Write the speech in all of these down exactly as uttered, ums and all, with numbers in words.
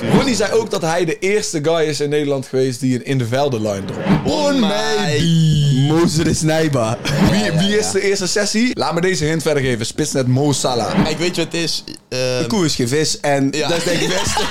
Ronnie zei ook dat hij de eerste guy is in Nederland geweest die een In de Velde line dropt. Bon mij. Moze de Snijba. Wie, wie is de eerste sessie? Laat me deze hint verder geven. Spitsnet Mo Salah. Kijk, weet je wat het is? Uh, De koe is geen vis en Ja. dat is denk ik het beste.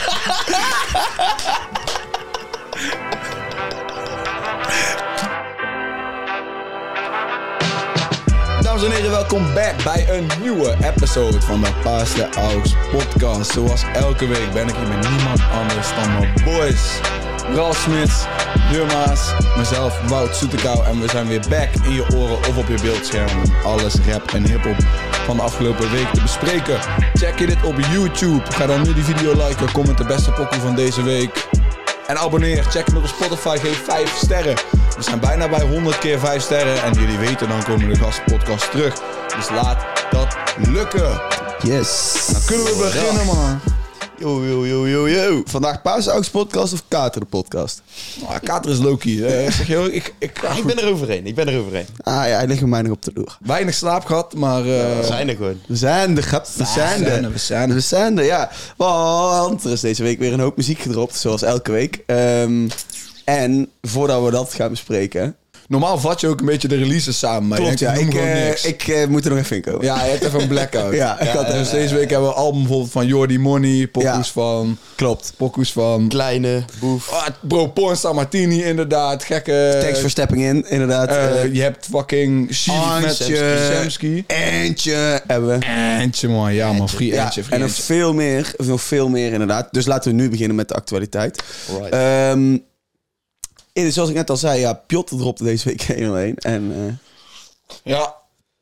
Dames en heren, welkom back bij een nieuwe episode van de Paas de Aux podcast. Zoals elke week ben ik hier met niemand anders dan mijn boys. Ralf Smits, Jurmaas, mezelf, Wout Soetekou. En we zijn weer back in je oren of op je beeldscherm om alles rap en hiphop van de afgelopen week te bespreken. Check je dit op YouTube. Ga dan nu die video liken, comment de beste pokoe van deze week. En abonneer, check me op Spotify, geef vijf sterren. We zijn bijna bij honderd keer vijf sterren. En jullie weten, dan komen de gastpodcasts terug. Dus laat dat lukken. Yes. Dan kunnen we beginnen, man. Yo, yo, yo, yo, yo. Vandaag Paas de Aux podcast of Kater de podcast? Oh, Kater is Loki. Uh, zeg je, ik, ik, ga ik goed. ben er overheen, ik ben er overheen. Ah ja, hij ligt bij mij nog op de loer. Weinig slaap gehad, maar... Uh, We zijn er gewoon. We zijn er, grap. We zijn we zijn er. er, we zijn er. We zijn er, ja. Want er is deze week weer een hoop muziek gedropt, zoals elke week. Um, en voordat we dat gaan bespreken... Normaal vat je ook een beetje de releases samen. Maar Klopt, je ja. noemt Ik, gewoon uh, niks. ik uh, moet er nog even in komen. Ja, je hebt even een blackout. Ja, ik had, dus uh, deze week hebben we een album bijvoorbeeld van Jordi Money, pokoes Ja. van... Klopt. Pokoes van... Kleine, boef. Oh, bro, Pornstar Martini inderdaad, gekke... Thanks for stepping in, inderdaad. Uh, Uh, je hebt fucking Sheev met Antje. Samsky. Eentje hebben we. Eentje man, ja man, free Ja, eentje, free en nog eentje. veel meer, nog veel meer inderdaad. Dus laten we nu beginnen met de actualiteit. Alright. Um, en zoals ik net al zei, ja, Piotr dropte deze week heenheen. En uh, Ja,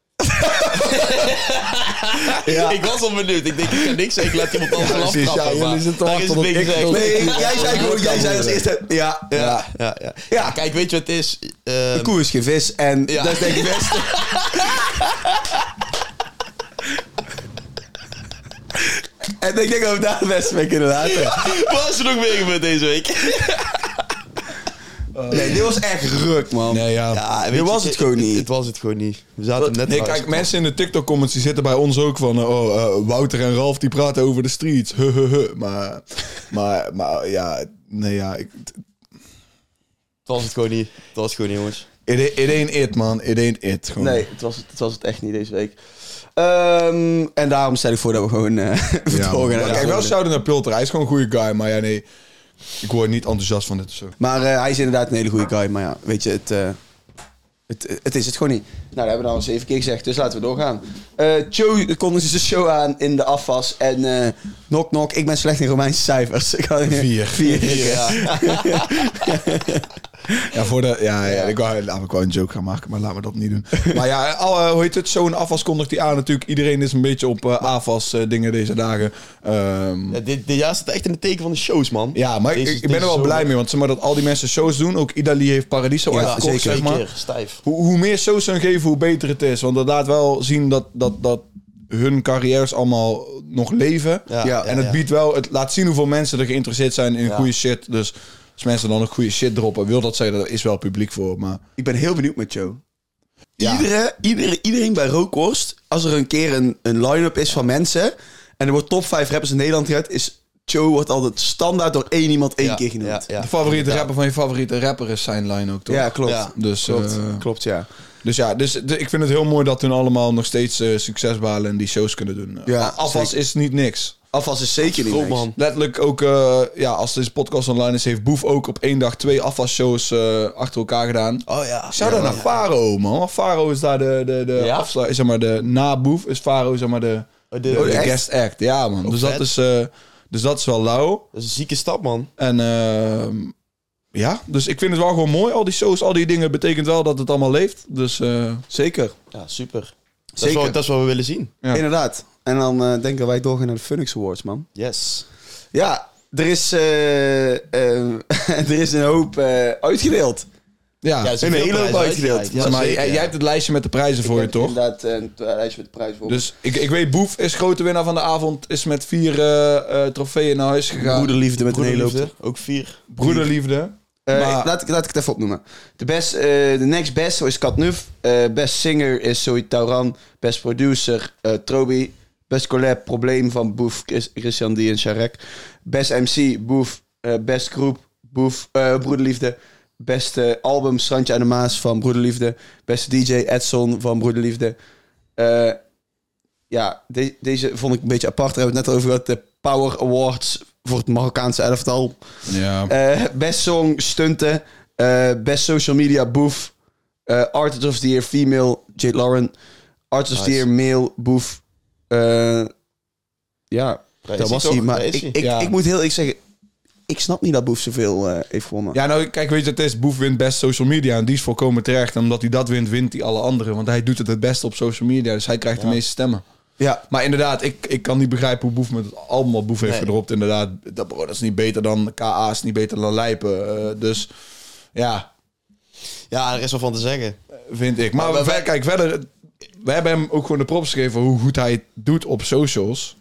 ja. Ik was al benieuwd. Ik denk, ik kan niks zeggen. Ik laat iemand anders Ja, wel precies, aftrappen. ja, maar jullie zitten te daar wachten is tot het ik- gezegd. tot- nee, ik- jij zei gewoon, jij zei als eerste. Ja, Ja, ja. ja, ja. Ja. Kijk, weet je wat het is? Uh, De koe is geen vis en Ja. dat is denk ik het beste. En ik denk dat we daar het beste mee kunnen laten. Wat is er nog meer gebeurd deze week? Nee, dit was echt ruk, man. nee ja. Ja, weet Dit je, was het gewoon niet. Het was het gewoon niet. We zaten net Nee, thuis. kijk, mensen in de TikTok-comments die zitten bij ons ook van... Oh, uh, Wouter en Ralf die praten over de streets. Huh, huh, huh. Maar, maar, maar ja, nee ja... Ik, Het was het gewoon niet. Het was het gewoon niet, jongens. it, it ain't it, man. It ain't it. Gewoon. Nee, het was het, het was het echt niet deze week. Um, en daarom stel ik voor dat we gewoon uh, Ja, vervolgen. man. naar Kijk, wel de- shout-out naar Pilter. Hij is gewoon een goede guy, maar ja, nee... Ik word niet enthousiast van dit of zo. Maar uh, hij is inderdaad een hele goede guy. Maar ja, weet je, het, uh, het, het is het gewoon niet. Nou, dat hebben we nou al zeven keer gezegd, dus laten we doorgaan. Uh, Joe kondigde zijn show aan in de afwas. En uh, knock knock, ik ben slecht in Romeinse cijfers. Ik had, Vier. Vier. Ja. Ja, voor de, ja, ja, ik wou, nou, ik wou een joke gaan maken, maar laten we dat niet doen. Maar ja, al, uh, hoe heet het? Zo'n afwas kondigt hij aan natuurlijk. Iedereen is een beetje op uh, afwas uh, dingen deze dagen. Um, Ja, dit, dit jaar staat echt in het teken van de shows, man. ja, maar Deze- ik, ik ben deze er wel zomer. blij mee, want zeg maar dat al die mensen shows doen. Ook Idali heeft Paradiso Ja, uitgekocht, zeker. zeg Twee maar. keer, stijf. Hoe, hoe meer shows ze hun geven, hoe beter het is. Want dat laat wel zien dat, dat, dat hun carrières allemaal nog leven. Ja, Ja, en het ja. biedt wel, het laat zien hoeveel mensen er geïnteresseerd zijn in Ja. goede shit. Dus als mensen dan ook goede shit droppen, wil dat zeggen, daar is wel publiek voor. Maar Ik ben heel benieuwd met Joe. Ja. Iedere, iedere, iedereen bij Rookhorst, als er een keer een, een line-up is van mensen... en er wordt top vijf rappers in Nederland gehad... is Joe wordt altijd standaard door één iemand één Ja, keer genoemd. ja, Ja, ja. de favoriete Ja. rapper van je favoriete rapper is zijn line ook, toch? klopt. Ja. Dus, Klopt, eh, klopt, ja. dus ja, dus de- ik vind het heel mooi dat hun allemaal nog steeds eh, succes behalen en die shows kunnen doen. Ja, Afwas zeker. is niet niks. Afwas is zeker niet Klopt, niks. man. Letterlijk ook, eh, ja, als deze podcast online is, heeft Boef ook op één dag twee afwasshows eh achter elkaar gedaan. Oh ja. Shout out naar Faro, man. Want Faro is daar de, de, de Ja? afsluit, zeg maar, de na Boef is Faro, zeg maar, de, Oh, de, de, de echt? guest act. Ja, man. Oh, Dus dat, vet. is, eh, dus dat is wel lauw. dat is een zieke stap, man. En ehm, ja, dus ik vind het wel gewoon mooi. Al die shows, al die dingen betekent wel dat het allemaal leeft. Dus eh, Zeker. Ja, super. Dat is, Zeker. wat, dat is wat we willen zien. Ja. Inderdaad. En dan uh, denken dat wij doorgaan naar de Phoenix Awards, man. Yes. Ja, er is, uh, uh, er is een hoop uh, uitgedeeld. ja, Ja, er is een veel hele hoop prijzen uitgedeeld. uitgereikt. Ja, zeg maar, zeker, jij, ja. jij hebt het lijstje met de prijzen voor je, toch? Inderdaad, uh, een lijstje met de prijzen voor. Dus ik, ik weet, Boef is grote winnaar van de avond. Is met vier uh, uh, trofeeën naar huis gegaan. Broederliefde met een hele hoop. Broederliefde, ook vier. Broederliefde. Uh, Maar- laat, ik, laat ik het even opnoemen. De best, uh, de next best is Katnuf. Uh, best singer is Zoe Tauran. Best producer uh, Trobi. Best collab, Probleem van Boef, Chris, Christian D en Sharek. Best M C, Boef. Uh, best groep, Boef, uh, Broederliefde. Beste album, Strandje aan de Maas van Broederliefde. Beste D J, Edson van Broederliefde. Uh, ja, de, deze vond ik een beetje apart. Daar hebben we het net over gehad. De Power Awards voor het Marokkaanse elftal. Ja. Uh, best Song, Stunten. Uh, best Social Media, Boef. Uh, Artist of the Year, Female, Jade Lauren. Artist of the Year, Male, Boef. Uh, ja, Daar dat is was hij hij. toch? Maar Daar is ik, hij. ik, Ja. ik moet heel eerlijk zeggen... Ik snap niet dat Boef zoveel uh, heeft gewonnen. Ja, nou, kijk, weet je, het is Boef wint best social media. En die is volkomen terecht. En omdat hij dat wint, wint hij alle anderen. Want hij doet het het beste op social media. Dus hij krijgt de Ja. meeste stemmen. Ja. Maar inderdaad, ik, ik kan niet begrijpen hoe Boef met het album wat Boef heeft Nee. gedropt. Inderdaad, dat, bro, dat is niet beter dan K A, is niet beter dan Lijpen. Uh, dus ja, Ja, er is wel van te zeggen. vind ik. Maar, Maar wij- ver- kijk, verder, we hebben hem ook gewoon de props gegeven hoe goed hij het doet op socials.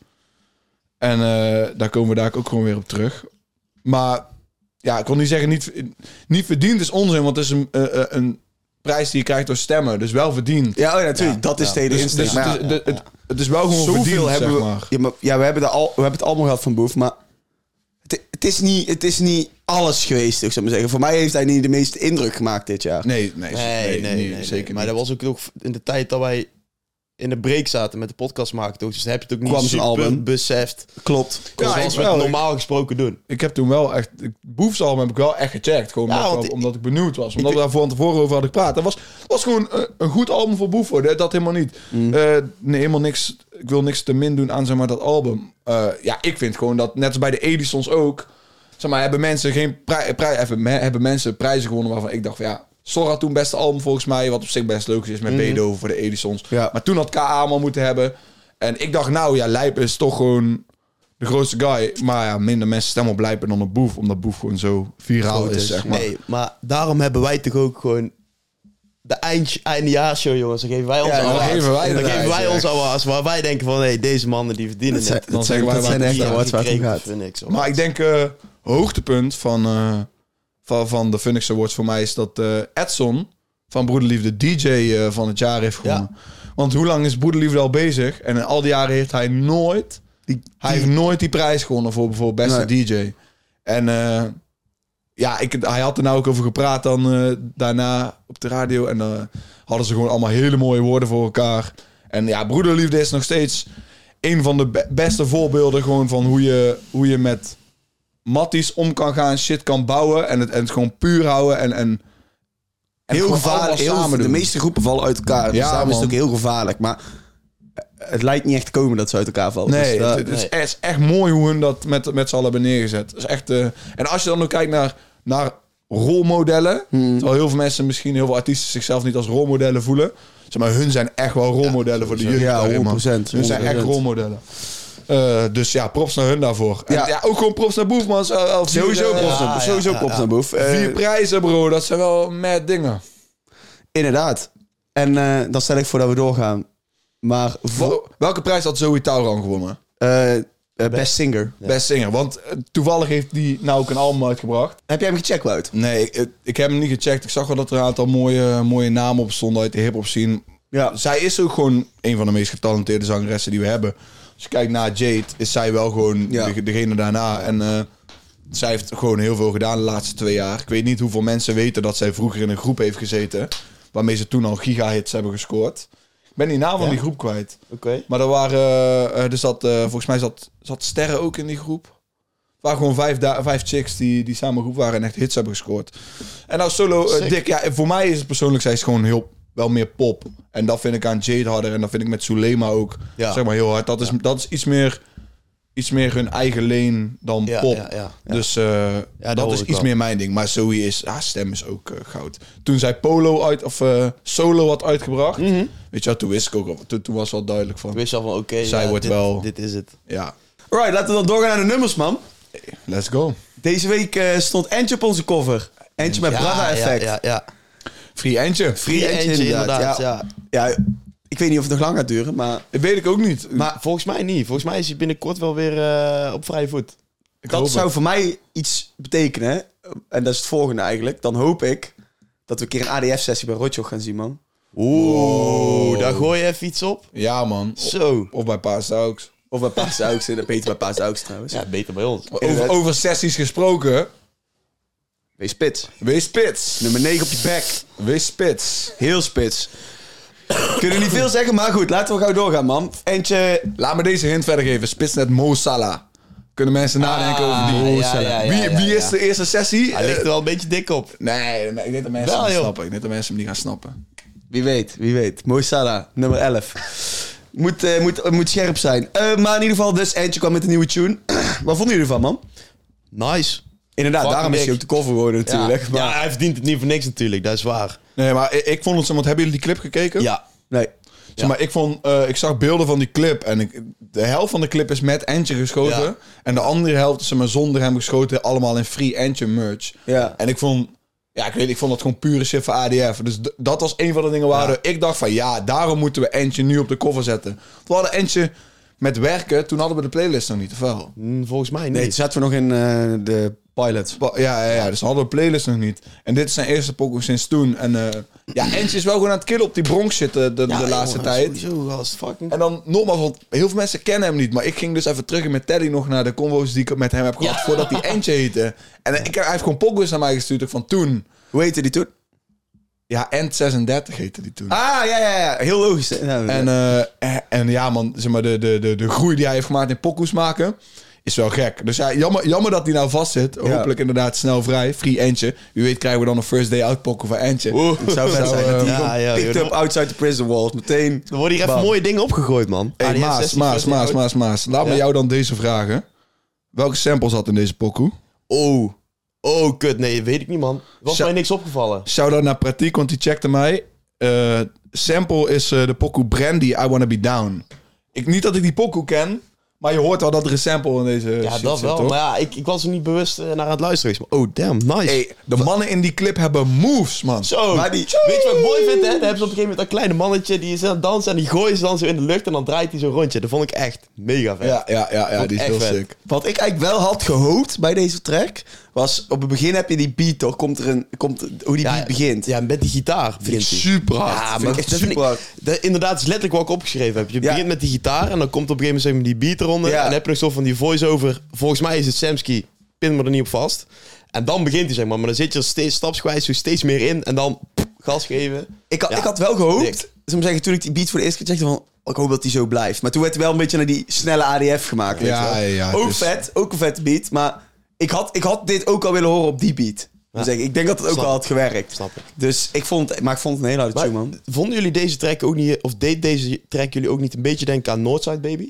En uh, daar komen we daar ook gewoon weer op terug. Maar ja, ik kon niet zeggen, niet, niet verdiend is onzin, want het is een, uh, uh, een prijs die je krijgt door stemmen. Dus wel verdiend. Ja, oh ja, natuurlijk. Ja, dat is ja. de hele Dus, insteek. dus, Maar ja, dus de- het, het is wel gewoon zoveel verdiend, hebben zeg we... maar. Ja, maar, ja, we hebben, de al, we hebben het allemaal gehad van Boef, maar... Het, het, is niet, het is niet alles geweest, ik zou maar zeggen. Voor mij heeft hij niet de meeste indruk gemaakt dit jaar. Nee, nee, Nee, nee, nee, nee, zeker nee. Maar niet. dat was ook nog in de tijd dat wij in de break zaten met de podcast maken. Toch? Dus dan heb je het ook niet Kwam zijn super album. beseft. Klopt. Ja, Zoals ik we het wel. normaal gesproken doen. Ik heb toen wel echt... Boefsalm heb ik wel echt gecheckt. Gewoon Ja, omdat, want ik, ik- omdat ik benieuwd was. Omdat we daar van tevoren over hadden gepraat. Dat was, dat was gewoon een, een goed album voor Boef, hoor. Dat, dat helemaal niet. Mm. Eh, nee, helemaal niks... Ik wil niks te min doen aan, zeg maar, dat album. Eh, ja, ik vind gewoon dat, net als bij de Edisons ook... Zeg maar, hebben mensen geen pri- pri- hebben, me- hebben mensen prijzen gewonnen waarvan ik dacht van ja... Sora had toen beste album volgens mij, wat op zich best leuk is met Mhm. Beethoven voor de Edisons. Ja. Maar toen had K A allemaal moeten hebben. En ik dacht, nou ja, Lijp is toch gewoon de grootste guy. Maar ja, minder mensen stemmen op Lijpen dan op Boef. Omdat Boef gewoon zo viraal Groot is, is. zeg maar. Nee, maar daarom hebben wij toch ook gewoon de eind, eindejaarsshow, jongens. Dan geven wij ons Ja, dan awards. geven wij dan inderdaad, geven wij ja. ons awards waar wij denken van, hé, hey, deze mannen die verdienen Dat zijn, het. dat zijn, zeggen wij dat zijn wat echt Die- awards die waar het om kregen gaat. voor niks, Maar ik denk, eh hoogtepunt van, eh, van, van de Phoenix Awards voor mij is dat eh, Edson van Broederliefde D J eh, van het jaar heeft gewonnen. Want hoe lang is Broederliefde al bezig? En in al die jaren heeft hij nooit... Die, Hij heeft nooit die prijs gewonnen voor bijvoorbeeld beste Nee. D J. En eh, ja, ik, hij had er nou ook over gepraat dan eh, daarna op de radio. En dan hadden ze gewoon allemaal hele mooie woorden voor elkaar. En ja, Broederliefde is nog steeds een van de be- beste voorbeelden gewoon van hoe je, hoe je met matties om kan gaan, shit kan bouwen en het, en het gewoon puur houden en, en, en heel gewoon gevaarlijk. allemaal Heel, samen de doen. meeste groepen vallen uit elkaar. Dus Ja, daarom is het man. ook heel gevaarlijk. Maar het lijkt niet echt te komen dat ze uit elkaar vallen. Nee, Dus dat- het, het is, nee. echt, het is echt mooi hoe hun dat met, met z'n allen hebben neergezet. Het is echt, eh, en als je dan ook kijkt naar, naar rolmodellen, Hmm. terwijl heel veel mensen, misschien heel veel artiesten zichzelf niet als rolmodellen voelen, zeg maar, hun zijn echt wel rolmodellen voor de jeugd. Ja, daarin, man. honderd procent. Hun zijn echt rolmodellen. Uh, dus ja, props naar hun daarvoor. En Ja. ja, ook gewoon props naar Boef, man. Zo- al vier, Sowieso eh, props ja, naar- ja, sowieso ja, props ja. naar Boef. Eh, Vier prijzen, bro. Dat zijn wel mad dingen. Inderdaad. En eh, dan stel ik voor dat we doorgaan. Maar voor, Wel- Welke prijs had Zoe Tauran gewonnen? eh, eh, Best Singer. Best Singer. Want eh, toevallig heeft die nou ook een album uitgebracht. Heb jij hem gecheckt, Wout? Nee, ik, ik heb hem niet gecheckt. Ik zag wel dat er een aantal mooie, mooie namen op stonden uit de hip-hop scene. Ja. Zij is ook gewoon een van de meest getalenteerde zangeressen die we hebben. Als je kijkt naar Jade, is zij wel gewoon Ja. de, degene daarna. En eh, zij heeft gewoon heel veel gedaan de laatste twee jaar. Ik weet niet hoeveel mensen weten dat zij vroeger in een groep heeft gezeten. Waarmee ze toen al gigahits hebben gescoord. Ik ben die naam van Ja. die groep kwijt. Oké. Maar er waren, eh, er zat, eh, volgens mij zat, zat Sterren ook in die groep. Het waren gewoon vijf, da- vijf chicks die, die samen groep waren en echt hits hebben gescoord. En nou solo, eh, Sick. Dick, ja, voor mij is het persoonlijk, zij is gewoon heel, wel meer pop. En dat vind ik aan Jade harder en dat vind ik met Sulema ook, Ja. zeg maar, heel hard. Dat is, dat is iets meer, iets meer hun eigen lane dan Ja, pop. ja, ja. Dus eh, dat dat hoor is ik iets wel. meer mijn ding. Maar Zoe is, haar stem is ook eh, goud. Toen zij Polo uit, of eh, Solo had uitgebracht, Mhm. weet je wat, toen wist ik ook al, toen, toen was wel duidelijk van, Ik wist al van, oké, Zij ja, wordt dit, wel- dit is het. ja, Alright, laten we dan doorgaan naar de nummers, man. let's go. Deze week eh, stond Entje op onze cover. Entje met Brada Effect. Ja, ja, ja. Free Eindje. Free Eentje, Entje, inderdaad, Ja. ja. Ja, ik weet niet of het nog lang gaat duren, maar Dat weet ik ook niet. Maar volgens mij niet. Volgens mij is hij binnenkort wel weer eh, op vrije voet. Ik dat hoop zou het. voor mij iets betekenen. En dat is het volgende eigenlijk. Dan hoop ik dat we een keer een A D F-sessie bij Rotjoch gaan zien, man. Oeh, Wow. daar gooi je even iets op. Ja, man. Zo. Of bij Paas Aux. Of bij Paas Aux. Dat beter bij Paas Aux trouwens. Ja, beter bij ons. Over, over sessies gesproken. Wees spits. Wees spits. Nummer negen op je bek. Wees spits. Heel spits. Kunnen niet veel zeggen, maar goed. Laten we gauw doorgaan, man. Eentje... Laat me deze hint verder geven. Spits net Mo Salah. Kunnen mensen nadenken over die ja, Mo ja, Salah. ja, ja, wie ja, wie ja. is de eerste sessie? Hij ligt er Eh, wel een beetje dik op. nee, nee, ik denk dat mensen Wel, hem niet joh. snappen. Ik denk dat mensen hem niet gaan snappen. Wie weet, wie weet. Mo Salah, nummer elf. Moet, uh, moet, moet scherp zijn. Uh, maar in ieder geval, dus eentje kwam met een nieuwe tune. Wat vonden jullie ervan, man? Nice. Inderdaad, Fucking daarom is hij dik. ook de cover geworden natuurlijk. Ja, Maar, ja, hij verdient het niet voor niks natuurlijk, dat is waar. Nee, maar ik, ik vond het zo... Want hebben jullie die clip gekeken? Ja. nee. Zeg maar, ik, vond, uh, ik zag beelden van die clip en ik, de helft van de clip is met Entje geschoten. Ja. En de andere helft is er maar zonder hem geschoten, allemaal in free Entje merch. Ja. En ik vond, ja, ik weet, ik vond dat gewoon pure shit voor A D F. Dus d- dat was een van de dingen waar ik dacht van, ja, daarom moeten we Entje nu op de cover zetten. We hadden Entje met werken, toen hadden we de playlist nog niet, of wel? Hm, volgens mij niet. Nee, toen zaten we nog in uh, de pilot. Ba- Ja, ja, ja, dus we hadden de playlist nog niet. En dit is zijn eerste pokoe sinds toen. En uh, ja, Entje is wel gewoon aan het killen op die Bronx zitten de, de, Ja, de laatste jongen, tijd. Sowieso, gast, fucking... En dan nogmaals, want heel veel mensen kennen hem niet. Maar ik ging dus even terug met Teddy nog naar de convo's die ik met hem heb gehad. Ja. Voordat hij Entje heette. En ik, hij heeft gewoon pokoes naar mij gestuurd ook van toen. Hoe heette die toen? Ja, Ent zesendertig heette die toen. Ah, ja, ja, ja. Heel logisch. Nou, En, uh, en, en ja man, zeg maar, de, de, de, de groei die hij heeft gemaakt in pokoes maken... is wel gek. Dus ja, jammer, jammer dat hij nou vast zit. Ja. Hopelijk inderdaad snel vrij. Free Entje. Wie weet krijgen we dan een first day out pokoe van Entje. Oeh, het zou vet Zou, zijn. dat uh, die ja, gewoon ja, picked joh, up outside the prison walls. Meteen. Er worden hier even Bam. mooie dingen opgegooid, man. Hey, A D F Maas, zestien, Maas, vijftien, Maas, oud. Maas, Maas. Laat me Ja. jou dan deze vragen. Welke sample zat in deze pokoe? Oh. Oh, kut. Nee, weet ik niet, man. Was Sha- mij niks opgevallen. Shout-out naar Pratik, want die checkte mij. Uh, sample is uh, de pokoe Brandy, I Wanna Be Down. Ik, niet dat ik die pokoe ken, maar je hoort wel dat er een sample in deze Ja, shit dat zit, wel. toch? Maar ja, ik, ik was er niet bewust uh, naar aan het luisteren. Maar oh, damn, nice. Hey, de mannen in die clip hebben moves, man. Zo, Maar die- weet je wat ik mooi vind, hè? Dan hebben ze op een gegeven moment een kleine mannetje, die is aan het dansen en die gooien ze dan zo in de lucht en dan draait hij zo'n rondje. Dat vond ik echt mega vet. Ja, ja, ja, ja Vond die is ik heel echt vet. sick. Wat ik eigenlijk wel had gehoopt bij deze track, was op het begin heb je die beat toch? Komt er een, komt, hoe die Ja, beat begint. Ja, met die gitaar vind ik begint hij. super hard. Ja, Vind maar ik echt dat vind super ik- hard. Dat, inderdaad, is letterlijk wat ik opgeschreven heb. Je Ja. begint met die gitaar en dan komt op een gegeven moment zeg maar, die beat eronder. Ja. En dan heb je nog zo van die voice-over. Volgens mij is het Samsky, pin me er niet op vast. En dan begint hij, zeg maar. Maar dan zit je er steeds stapsgewijs zo steeds meer in. En dan pff, gas geven. Ik, had, Ja. ik had wel gehoopt, Dik. zou ik maar zeggen, toen ik die beat voor de eerste keer checkte van, ik hoop dat die zo blijft. Maar toen werd er wel een beetje naar die snelle A D F gemaakt. weet Ja, je wel. ja, ook dus- vet, ook een vette beat. Maar ik had, ik had dit ook al willen horen op die beat. Dus ik, ik denk dat het ook Snap. wel had gewerkt. Snap ik. Dus ik vond, het- maar ik vond het een hele harde Maar tune, man. vonden jullie deze track ook niet... Of deed deze track jullie ook niet een beetje denken aan Northside Baby?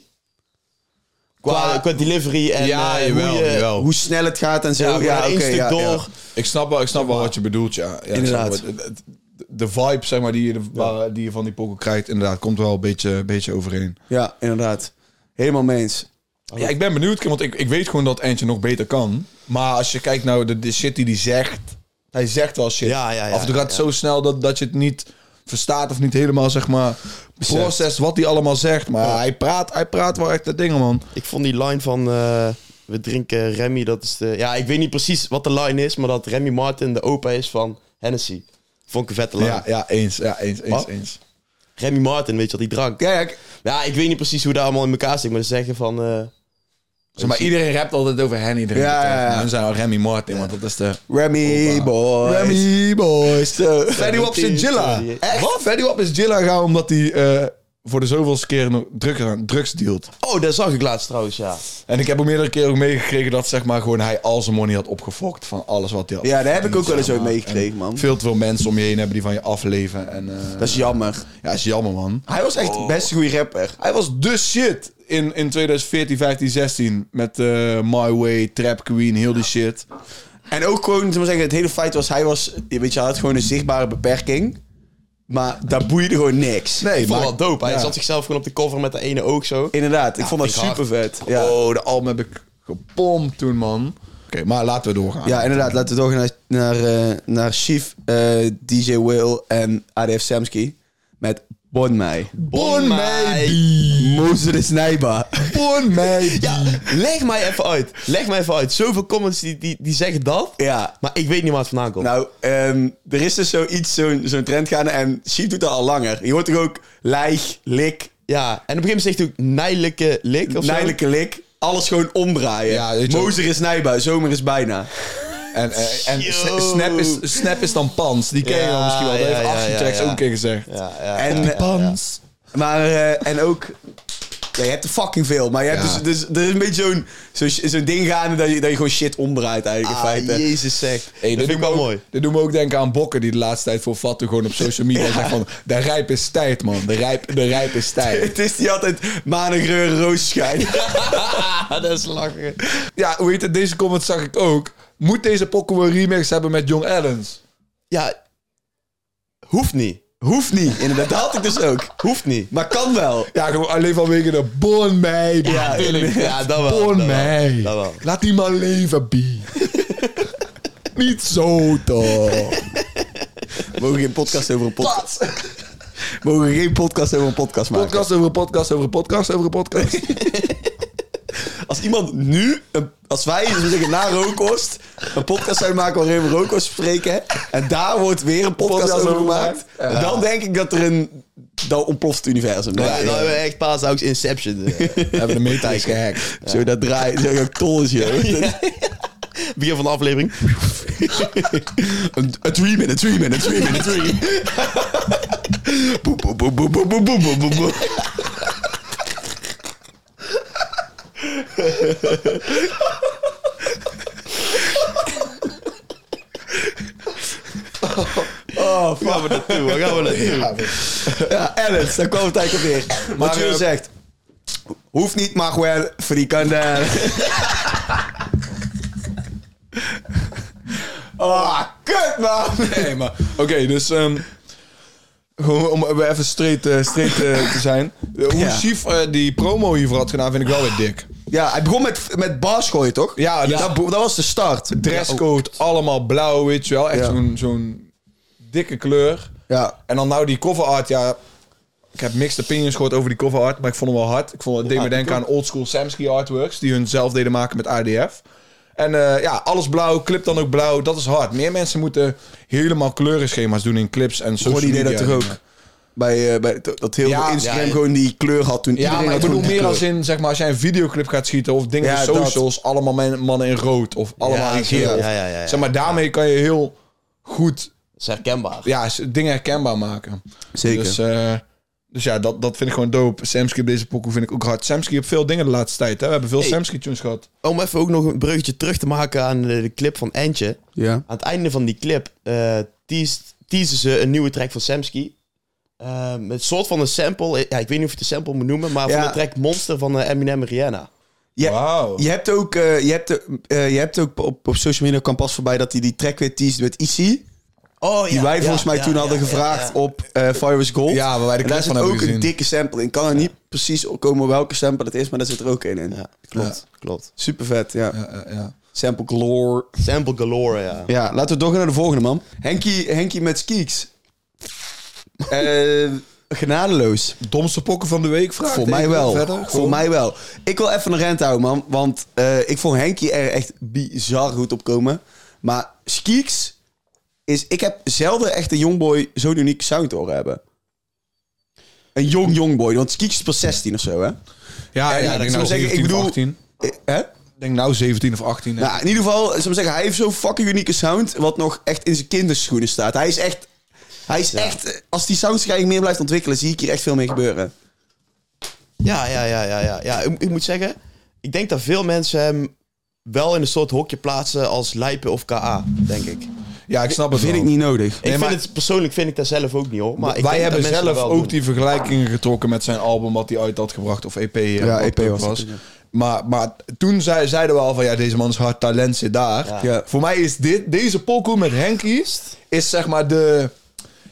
Qua, Qua- qua delivery en Ja, eh, jawel, hoe je... jawel. Hoe snel het gaat en zo. Ja, Ja, één oké, stuk ja, door. ja. Ik snap wel, ik snap wel wat je bedoelt, ja. ja Inderdaad. ik snap wel. Het- het- De vibe, zeg maar, die je, waar- die je van die pokoe krijgt, inderdaad, komt wel een beetje, een beetje overeen. Ja, inderdaad. Helemaal mee eens. Ja, ik ben benieuwd, want ik, ik weet gewoon dat Eentje nog beter kan. Maar als je kijkt naar de, de shit die hij zegt, hij zegt wel shit. Ja, ja, ja, Af en toe gaat het ja. zo snel dat, dat je het niet verstaat of niet helemaal, zeg maar, process wat hij allemaal zegt. Maar Ja. hij, praat, hij praat wel echt de dingen, man. Ik vond die line van... eh, we drinken Remy, dat is de... Ja, ik weet niet precies wat de line is, maar dat Remy Martin de opa is van Hennessy. Vond ik een vette line. Ja, ja, eens, ja, eens, eens, Wat? eens. Remy Martin, weet je wat, die drank. Ja, ja, ik- Ja, ik weet niet precies hoe dat allemaal in elkaar zit, maar ze zeggen van... eh, Zeg maar, iedereen rapt altijd over Henny drinken. Ja, ja, ja. En dan zijn we Remy Martin, want dat is de... Remy boys. Remy boys. Zo. Fetty Wap is Jilla. Echt? Wat? Fetty Wap is Jilla gaan omdat hij eh, voor de zoveelste keer nog drugs, drugs dealt. Oh, dat zag ik laatst trouwens, ja. En ik heb ook meerdere keren ook meegekregen dat zeg maar gewoon hij al zijn money had opgefokt van alles wat hij had. Ja, daar heb ik ook wel eens Zeg ooit maar. meegekregen, En man. Veel te veel mensen om je heen hebben die van je afleven. En, eh, Dat is jammer. Ja, is jammer, man. Hij was echt Oh. best een goede rapper. Hij was de shit in, in twintig veertien, vijftien, zestien. Met eh, My Way, Trap Queen, heel die shit. En ook gewoon, zullen we zeggen, het hele feit was, hij was, je weet je, hij had gewoon een zichtbare beperking. Maar daar boeide gewoon niks. Nee, Ik vond maar... het wel dope. Hij ja. zat zichzelf gewoon op de cover met de ene oog zo. Inderdaad, ik Ja, vond dat vind ik super vet. Ja. Oh, de album heb ik gepompt toen, man. Oké, maar laten we doorgaan. ja, inderdaad, laten we doorgaan naar, naar, eh, naar Chief, eh, D J Will en A D F Samsky. Met Bon mij. Bon mij. Mozer is Nijba. Bon mij. Ja, leg mij even uit. Leg mij even uit. Zoveel comments die, die, die zeggen dat. Ja. Maar ik weet niet waar het vandaan komt. Nou, um, er is dus zoiets, zo'n zo'n trend gaande. En Sheep doet dat al langer. Je hoort toch ook lijg, lik, ja, en op een gegeven moment zegt hij ook nijlijke lik of zo. nijlijke lik. Alles gewoon omdraaien. Ja, weet je wel. Mozer is Nijba, zomer is bijna. En, en, en Yo. snap, is, snap is dan pans. Die ken je Ja, wel misschien wel. Dat ja, heeft ja, Action ja, Tracks ja. ook een keer gezegd. Ja, ja, En, ja, eh, Pans. Maar, uh, en ook... Ja, je hebt er fucking veel. Maar je hebt Ja. dus, dus... Er is een beetje zo'n zo, zo'n ding gaande dat je, dat je gewoon shit omdraait eigenlijk in Ah, feite. Jezus zegt. Hey, dat vind ik wel ook, mooi. Dit doen we ook denken aan Bokken die de laatste tijd voor Fatou gewoon op social media zegt van... De rijp is tijd, man. De rijp, de rijp is tijd. Het is die altijd manengeur roosschijn. dat is lachen. Ja, hoe heet het? Deze comment zag ik ook. Moet deze Pokémon remix hebben met Young Adams? Ja, hoeft niet. Hoeft niet. Inderdaad, dat had ik dus ook. Hoeft niet. Maar kan wel. Ja, gewoon alleen vanwege de Bon mij. Ja, tuurlijk. Ja, dat wel. Bon dat mij. Wel, dat wel. Laat die man leven, B. Niet zo, toch? We mogen geen podcast over een podcast. We mogen geen podcast over een podcast maken. Podcast over een podcast over een podcast over een podcast. Als iemand nu, een- als wij, zullen we zeggen, na Rookworst, een podcast zouden maken waarin we Rookworst spreken, en daar wordt weer een podcast, Podcast over over gemaakt, gemaakt. Ja. dan denk ik dat er een... Dan ontploft het universum. Ja, Ja, dan hebben we echt Paasauks Inception. eh, We hebben de Matrix gehackt. Zo dat draait, zo dat tol is, joh. Begin van de aflevering. Een een dream in, een dream in, een dream in, een dream. Boe, boe, boe, boe, boe, boe, boe, boe, boe, boe. Oh, Waar gaan we naartoe? Waar gaan we naartoe? ja, Alice, daar kwam het eigenlijk op neer. Wat Maar, je eh, zegt, hoeft niet, mag wel, frikandel. Oh, kut, man. Nee, maar... Oké, dus... ehm, gewoon om even straight, eh, straight eh, te zijn. Eh, hoe Ja. Chief eh, die promo hiervoor had gedaan, vind ik wel weer dik. Ja, hij begon met, met bars gooien, toch? Ja, dus dat, dat was de start. dresscode, allemaal blauw, weet je wel. Echt Ja. zo'n zo'n dikke kleur. Ja. En dan nou die cover art, ja... Ik heb mixed opinions gehoord over die cover art, maar ik vond hem wel hard. Ik vond het deed me Ja, denken aan oldschool Samsky artworks, die hun zelf deden maken met A D F. En eh, ja, alles blauw, clip dan ook blauw, dat is hard. Meer mensen moeten helemaal kleurenschema's doen in clips en social Gewoon die deed media. dat toch ook? dingen. Bij, uh, bij, dat heel Ja, veel Instagram ja, ja. gewoon die kleur had toen. Ja, Iedereen maar ik had bedoel gewoon die meer kleur. als in, zeg maar, als jij een videoclip gaat schieten of dingen Ja, op dat. socials, allemaal men- mannen in rood of allemaal Ja, in geel. ja, ja, ja, ja. Zeg maar, daarmee kan je heel goed Dat is herkenbaar. ja, s- dingen herkenbaar maken. Zeker. Dus, eh, dus ja, dat, dat vind ik gewoon dope. Samsky op deze pokoe vind ik ook hard. Samsky heeft veel dingen de laatste tijd. Hè? We hebben veel Hey. Samsky tunes gehad. Om even ook nog een bruggetje terug te maken aan de, de clip van Entje. ja. Aan het einde van die clip uh, teased- teasen ze een nieuwe track van Samsky. Uh, met een soort van een sample. Ja, ik weet niet of je het een sample moet noemen. Maar Ja. van de track Monster van uh, Eminem en Rihanna. Je, Wauw. je hebt ook, uh, je hebt, uh, je hebt ook op, op social media kan pas voorbij dat hij die track weer teased met Easy. Oh, Die wij volgens mij toen hadden gevraagd op uh, Fire is Gold. Ja, waar wij de en daar clip zit van hebben ook een gezien. dikke sample in. Ik kan er niet precies komen welke sample het is, maar daar zit er ook een in. Ja, klopt. klopt. Super vet, ja. Ja, ja, ja. Sample galore. Sample galore, ja. Ja, laten we doorgaan naar de volgende, man. Henkie, Henkie met Skeeks. Eh genadeloos. Domste pokken van de week, vraag. Voor mij wel. Verder, Voor gewoon. mij wel. Ik wil even een rent houden, man. Want eh, ik vond Henkie er echt bizar goed op komen. Maar Skeeks is... Ik heb zelden echt een jongboy zo'n unieke sound horen hebben. Een jong jongboy. Want Skeeks is pas zestien of zo, hè? Ja, ja, En, ik eh, denk ik nou zou zeggen, ik zeventien of bedoel- achttien. Eh, Hè? Ik denk nou zeventien of achttien. hè. Nou, in ieder geval, zullen we zeggen, hij heeft zo'n fucking unieke sound... wat nog echt in zijn kinderschoenen staat. Hij is echt... Hij is echt... Als die soundstijging meer blijft ontwikkelen... zie ik hier echt veel mee gebeuren. Ja, ja, ja, ja, ja. ja ik, ik moet zeggen, ik denk dat veel mensen hem wel in een soort hokje plaatsen als Lijpen of K A, denk ik. Ja, ik snap het Vind wel. ik niet nodig. Ik Nee, vind maar- het, persoonlijk vind ik dat zelf ook niet, hoor. Maar ik Wij denk dat hebben mensen zelf dat wel ook doen. die vergelijkingen getrokken met zijn album wat hij uit had gebracht. Of E P. eh, Ja, wat E P het ook was het, ja. Maar, maar toen zei, zeiden we al van ja, deze man is hard talent zit daar. Ja. Ja. Voor mij is dit, deze pokoe met Henkie is zeg maar de...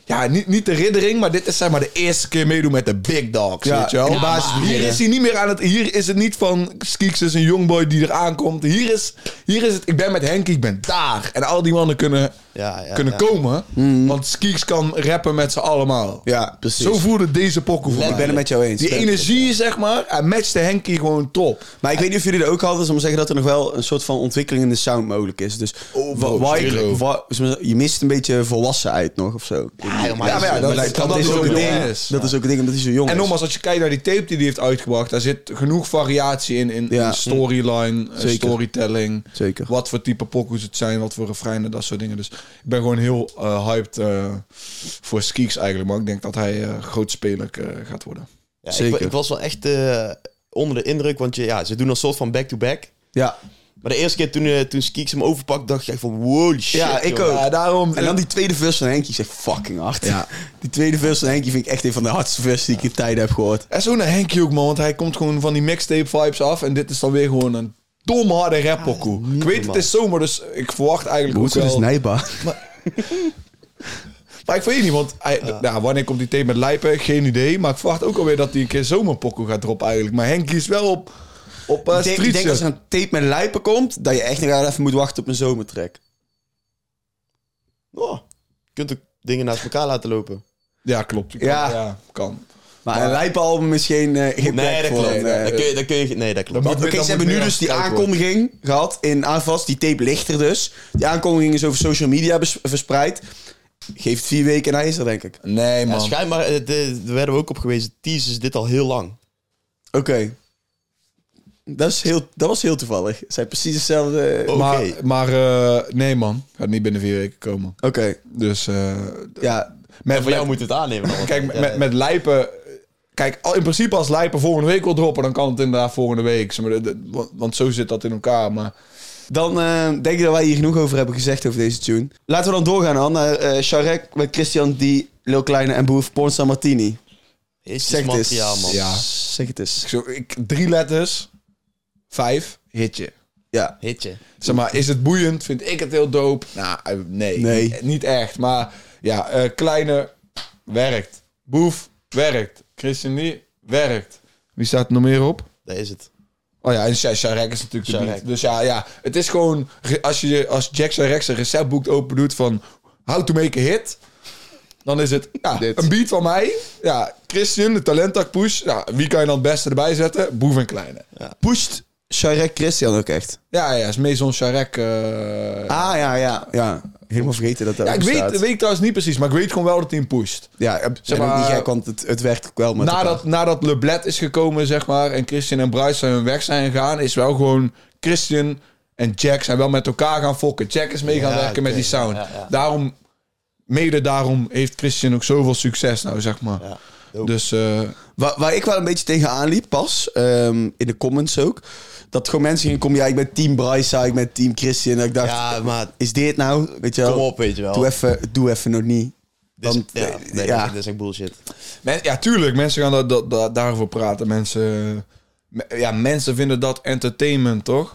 Ja, niet, niet de riddering, maar dit is zeg maar de eerste keer meedoen met de big dogs, Ja, weet je wel. in de basis Maar hier beginnen. is hij niet meer aan het... Hier is het niet van Skeeks is een jongboy die er aankomt. Hier is, hier is het, ik ben met Henkie, ik ben daar. En al die mannen kunnen, Ja, ja, kunnen ja. komen. Want Skeeks kan rappen met z'n allemaal. Ja, precies. Zo voelde deze pokoe voor Ik mij. ben het met jou eens. Die Ben- energie, zeg maar, hij matchte Henkie gewoon top. Maar ik weet niet of jullie dat ook hadden, om te zeggen dat er nog wel een soort van ontwikkeling in de sound mogelijk is. Dus Oh, wa- wow, waar zero. je, wa- je mist een beetje volwassenheid nog of zo. Ja, maar, Ja, maar ja, dat, dat, dat, dat is is ook ook een een ding. is. Dat is ook een ding omdat hij zo jong En is. nogmaals, als je kijkt naar die tape die hij heeft uitgebracht, daar zit genoeg variatie in, in, Ja. in storyline, eh, Zeker. storytelling. Zeker. Wat voor type pokoes het zijn, wat voor refreinen, dat soort dingen. Dus ik ben gewoon heel uh, hyped uh, voor Skeeks eigenlijk. Maar ik denk dat hij uh, groot speler uh, gaat worden. Ja, ik, Zeker. ik was wel echt uh, onder de indruk, want je, ja, ze doen een soort van back-to-back. Ja, Maar de eerste keer toen, uh, toen Skeeks hem overpakt, dacht ik echt van holy shit. Ja, ik joh. ook. Ja, daarom... en dan die tweede verse van Henkie, zeg fucking hard. Ja. Die tweede verse van Henkie vind ik echt een van de hardste verses die ik in tijden heb gehoord. En zo naar Henkie ook, man. Want hij komt gewoon van die mixtape vibes af. En dit is dan weer gewoon een dom harde rap pokoe. niet Ik weet, normaal. het is zomer, dus ik verwacht eigenlijk Hoe ook is wel... snijbaar? Maar ik weet niet, want hij, Ja. ja, wanneer komt die tape met Lijpen? Geen idee. Maar ik verwacht ook alweer dat hij een keer zomerpokoe gaat droppen eigenlijk. Maar Henkie is wel op, op uh, Ik denk, ik denk als er een tape met lijpen komt, dat je echt nog wel even moet wachten op een zomertrack. Oh, je kunt ook dingen naast elkaar laten lopen. Ja, klopt. Kan, Ja. ja. kan. Maar, Maar- een lijpenalbum is geen, uh, geen Nee, plek dat voor. klopt. een, Nee, eh, dat kun je, dat kun je, nee, dat klopt. Dat Oké, moet- dan ze hebben moet nu weer dus die afgekijkt worden. aankondiging gehad in AFAS. Die tape ligt er dus. Die aankondiging is over social media bes- verspreid. Geeft vier weken en hij is er, denk ik. Nee, Ja, man. schijnbaar, eh, de, daar werden we ook op gewezen, teasen dit al heel lang. Oké. Dat, is heel- dat was heel toevallig. Het zijn precies hetzelfde. Oh. maar Oké. maar uh, nee, man. Gaat niet binnen vier weken komen. Oké. Dus uh, Ja. met, En voor jou met- moet het aannemen. Dan, want- kijk, ja, met, met Lijpen... Kijk, al- in principe als Lijpen volgende week wil droppen... dan kan het inderdaad volgende week. Zeg maar, de- de- want, want zo zit dat in elkaar. Maar Dan eh, denk ik dat wij hier genoeg over hebben gezegd over deze tune. Laten we dan doorgaan dan naar eh Sharek met Christian D, Lil Kleine en Boef, Pornstar Martini. Is Zeg het eens. materiaal, man. Ja. Zeg het eens. ik zo, ik, drie letters... Vijf, hitje. Ja. Hitje. Zeg maar, is het boeiend? Vind ik het heel dope? Nou, eh, nee. Nee. Niet, niet echt. Maar ja, eh, Kleine werkt. Boef werkt. Christian Lee werkt. Wie staat er nog meer op? Daar is het. Oh ja, en Sha- Sharek is natuurlijk de Sharek. beat. Dus ja, ja, het is gewoon... re- Als je als Jack Sharek zijn receptboek open doet van... How to make a hit... Dan is het ja, Dit. een beat van mij. Ja, Christian, de talentak push. Ja, wie kan je dan het beste erbij zetten? Boef en Kleine. Pusht Sharek Christian ook echt? Ja, ja, is Maison Sharek... eh, Ah, ja, ja. Ja. Helemaal vergeten dat dat ja, ook ik weet, bestaat. weet ik trouwens niet precies, maar ik weet gewoon wel dat hij hem pusht. Ja, en Zeg ook maar- niet gek, want het, het werkt ook wel met Nadat, elkaar. nadat Le Bled is gekomen, zeg maar, en Christian en Bryce zijn hun weg zijn gegaan, is wel gewoon Christian en Jack zijn wel met elkaar gaan fokken. Jack is mee gaan Ja, werken met oké. die sound. Ja, ja. Daarom, mede daarom heeft Christian ook zoveel succes nou, zeg maar. Ja. Dope. Dus eh, Waar, waar ik wel een beetje tegenaan liep, pas, ehm, in de comments ook, dat gewoon mensen gingen komen, ja, ik ben team Bryce, ik ben team Christian. En ik dacht, Ja, maar is dit nou? Weet je wel? kom op, weet je wel. Doe even, doe even nog niet. Dit is- Want, ja, eh, nee, ja. dat is echt bullshit. men- ja, tuurlijk, mensen gaan dat, dat, dat- daarover praten. Mensen, me- ja, mensen vinden dat entertainment, toch?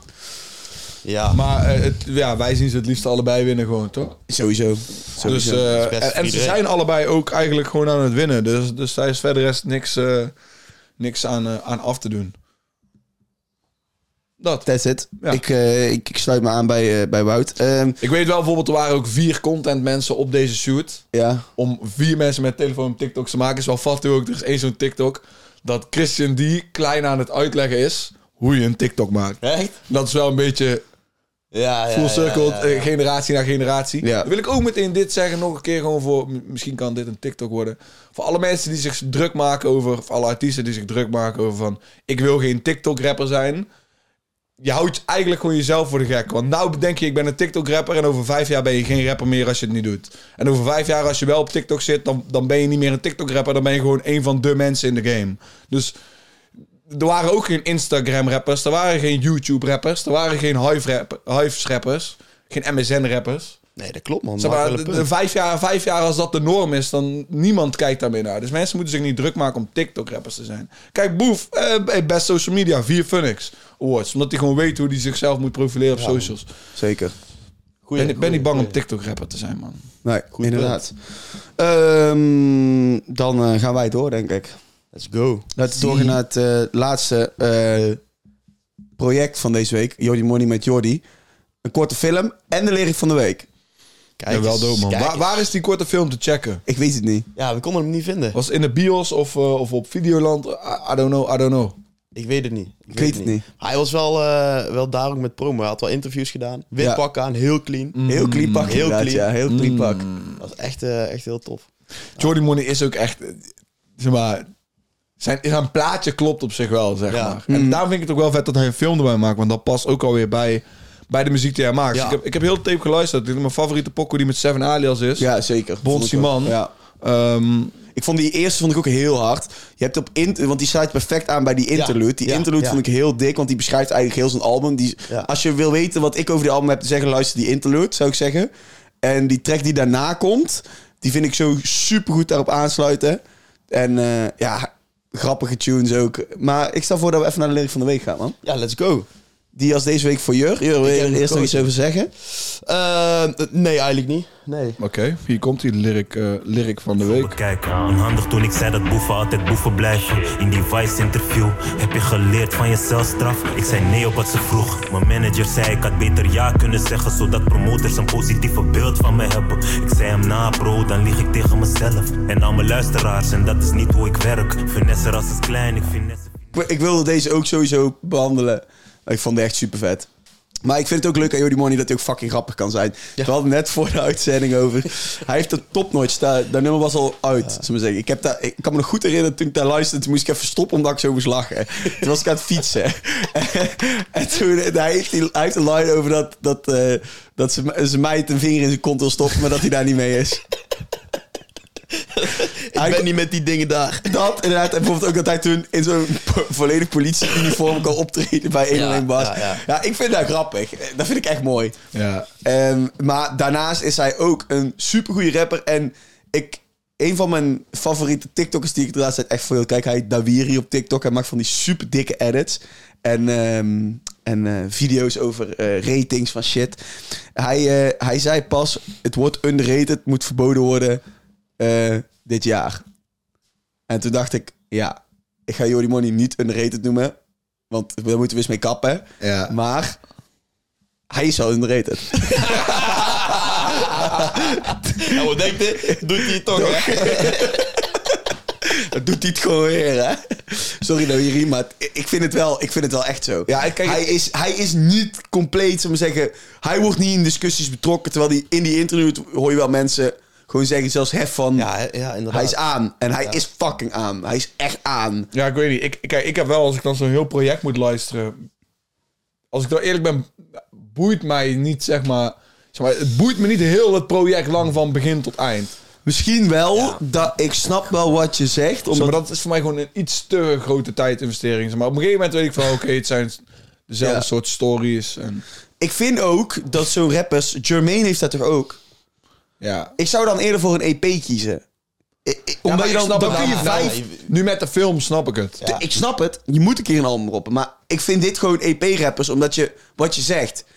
Ja, Maar eh, het, ja, wij zien ze het liefst allebei winnen gewoon, toch? Sowieso. Dus, Sowieso. eh, is best en, voor en ze iedereen. zijn allebei ook eigenlijk gewoon aan het winnen. Dus, dus daar is verder rest niks, eh, niks aan, eh, aan af te doen. Dat. That's it. Ja. Ik, eh, ik, ik sluit me aan bij, eh, bij Wout. Ehm, Ik weet wel bijvoorbeeld, er waren ook vier content mensen op deze shoot. ja. Om vier mensen met telefoon op TikTok te maken. Is wel vast ook. Er is één zo'n TikTok. Dat Christian D. klein aan het uitleggen is hoe je een TikTok maakt. echt? Dat is wel een beetje Ja, ja, full ja, circle, ja, ja. eh, generatie na generatie. Ja. Dan wil ik ook meteen dit zeggen, nog een keer gewoon voor... m- Misschien kan dit een TikTok worden. Voor alle mensen die zich druk maken over... Of alle artiesten die zich druk maken over van... Ik wil geen TikTok-rapper zijn. Je houdt eigenlijk gewoon jezelf voor de gek. Want nou denk je, ik ben een TikTok-rapper... en over vijf jaar ben je geen rapper meer als je het niet doet. En over vijf jaar, als je wel op TikTok zit... dan, dan ben je niet meer een TikTok-rapper... dan ben je gewoon een van de mensen in de game. Dus... Er waren ook geen Instagram-rappers, er waren geen YouTube-rappers, er waren geen Hive-rap- Hives-rappers, geen M S N-rappers. Nee, dat klopt, man. Zeg Maak maar, wel een de, punt. de vijf, jaar, vijf jaar als dat de norm is, dan niemand kijkt daarmee naar. Dus mensen moeten zich niet druk maken om TikTok-rappers te zijn. Kijk, Boef, eh, best social media, vier Funix Awards. Omdat hij gewoon weet hoe hij zichzelf moet profileren op Ja, socials. Zeker. Ik ben, ben niet bang om TikTok-rapper te zijn, man. Nee, Goed inderdaad. Um, dan uh, gaan wij door, denk ik. Let's go. Laten we doorgaan naar het uh, laatste uh, project van deze week. Jordi Money met Jordi. Een korte film en de lyric van de week. Kijk Ja, wel eens, dope, man. kijk Waar, eens. waar is die korte film te checken? Ik weet het niet. Ja, we konden hem niet vinden. Was het in de bios of, uh, of op Videoland? I, I don't know, I don't know. Ik weet het niet. Ik weet het niet. Hij was wel, uh, wel daar ook met promo. Hij had wel interviews gedaan. Wit Ja. pak aan, heel clean. Heel clean pak, Heel inderdaad, clean. Ja, heel clean pak. Dat was echt, uh, echt heel tof. Jordi Money is ook echt... uh, Zeg maar... Zijn, zijn plaatje klopt op zich wel, zeg Ja. maar. En daarom vind ik het ook wel vet dat hij een film erbij maakt. Want dat past ook alweer bij, bij de muziek die hij maakt. Ja. Dus ik, heb, ik heb heel de tape geluisterd. Dit is mijn favoriete pokoe die met Seven Alias is. Ja, zeker. Bon Vond ik Siman. ook. Ja. Ehm, Ik vond die eerste vond ik ook heel hard. Je hebt op in, want die sluit perfect aan bij die interlude. Die ja, interlude ja. vond ik heel dik, want die beschrijft eigenlijk heel zijn album. Die, Ja. Als je wil weten wat ik over die album heb te zeggen, luister die interlude, zou ik zeggen. En die track die daarna komt, die vind ik zo super goed daarop aansluiten. En uh, ja, grappige tunes ook. Maar ik stel voor dat we even naar de lyric van de week gaan, man. Ja, let's go. Die als deze week voor Jur. Jur, wil je heb er hem eerst nog iets gekozen. over zeggen? Uh, nee, eigenlijk niet. Nee. Oké, okay, hier komt die lyric, uh, lyric van de week. Kijk, onhandig toen ik zei dat boeven altijd boeven blijven. In die Vice-interview heb je geleerd van je celstraf. Ik zei nee op wat ze vroeg. Mijn manager zei ik had beter ja kunnen zeggen, zodat promoters een positieve beeld van me hebben. Ik zei hem na bro, dan lieg ik tegen mezelf en al mijn luisteraars. En dat is niet hoe ik werk. Finesse ras is klein, ik finesse... Ik, ik wilde deze ook sowieso behandelen. Ik vond het echt super vet. Maar ik vind het ook leuk aan Jordi Money dat hij ook fucking grappig kan zijn. We hadden net voor de uitzending over. Hij heeft de topnotch staan. Dat nummer was al uit, ja. zullen we zeggen. Ik, heb daar, ik kan me nog goed herinneren toen ik daar luisterde. Toen moest ik even stoppen omdat ik zo moest lachen. Toen was ik aan het fietsen. En toen hij heeft hij, hij heeft een line over dat, dat, uh, dat zijn meid een vinger in zijn kont wil stoppen, maar dat hij daar niet mee is. Ik hij ben kon, niet met die dingen daar. Dat, inderdaad. En bijvoorbeeld ook dat hij toen in zo'n po- volledig politieuniform kan optreden bij één ja, Bas. Ja, ja. ja, ik vind dat grappig. Dat vind ik echt mooi. Ja. Um, maar daarnaast is hij ook een supergoeie rapper. En ik, een van mijn favoriete TikTokkers die ik de laatste tijd echt veel kijk, hij heet Dawiri op TikTok. Hij maakt van die super dikke edits. En, um, en uh, video's over uh, ratings van shit. Hij, uh, hij zei pas, het wordt underrated, moet verboden worden uh, dit jaar. En toen dacht ik, ja, ik ga Jordi Money niet underrated noemen. Want daar moeten we eens mee kappen. Ja. Maar hij is wel underrated. Nou, wat denk je? Doet hij het toch, hè? Dat doet hij het gewoon weer, hè? Sorry nou, Jiri, maar ik vind het wel, ik vind het wel echt zo. Ja, kijk, hij, is, hij is niet compleet, zullen we zeggen... Hij wordt niet in discussies betrokken, terwijl die, in die interview hoor je wel mensen gewoon zeggen, zelfs hef van... Ja, ja, inderdaad. Hij is aan. En hij Ja. is fucking aan. Hij is echt aan. Ja, ik weet niet. Ik, kijk, ik heb wel, als ik dan zo'n heel project moet luisteren... Als ik dan eerlijk ben, boeit mij niet, zeg maar... Zeg maar het boeit me niet heel het project lang van begin tot eind. Misschien wel, Ja. dat, ik snap wel wat je zegt. Zeg Omdat... maar dat is voor mij gewoon een iets te grote tijdinvestering. Zeg maar op een gegeven moment weet ik van, oké, okay, het zijn dezelfde Ja. soort stories. En, Ik vind ook dat zo'n rappers... Jermaine heeft dat toch ook? ja. Ik zou dan eerder voor een E P kiezen. I- I- omdat maar je ik dan, snap dan het kun je nou. vijf... Nou, Nu met de film snap ik het. Ja. Ik snap het. Je moet een keer een album droppen. Maar ik vind dit gewoon E P-rappers. Omdat je, wat je zegt...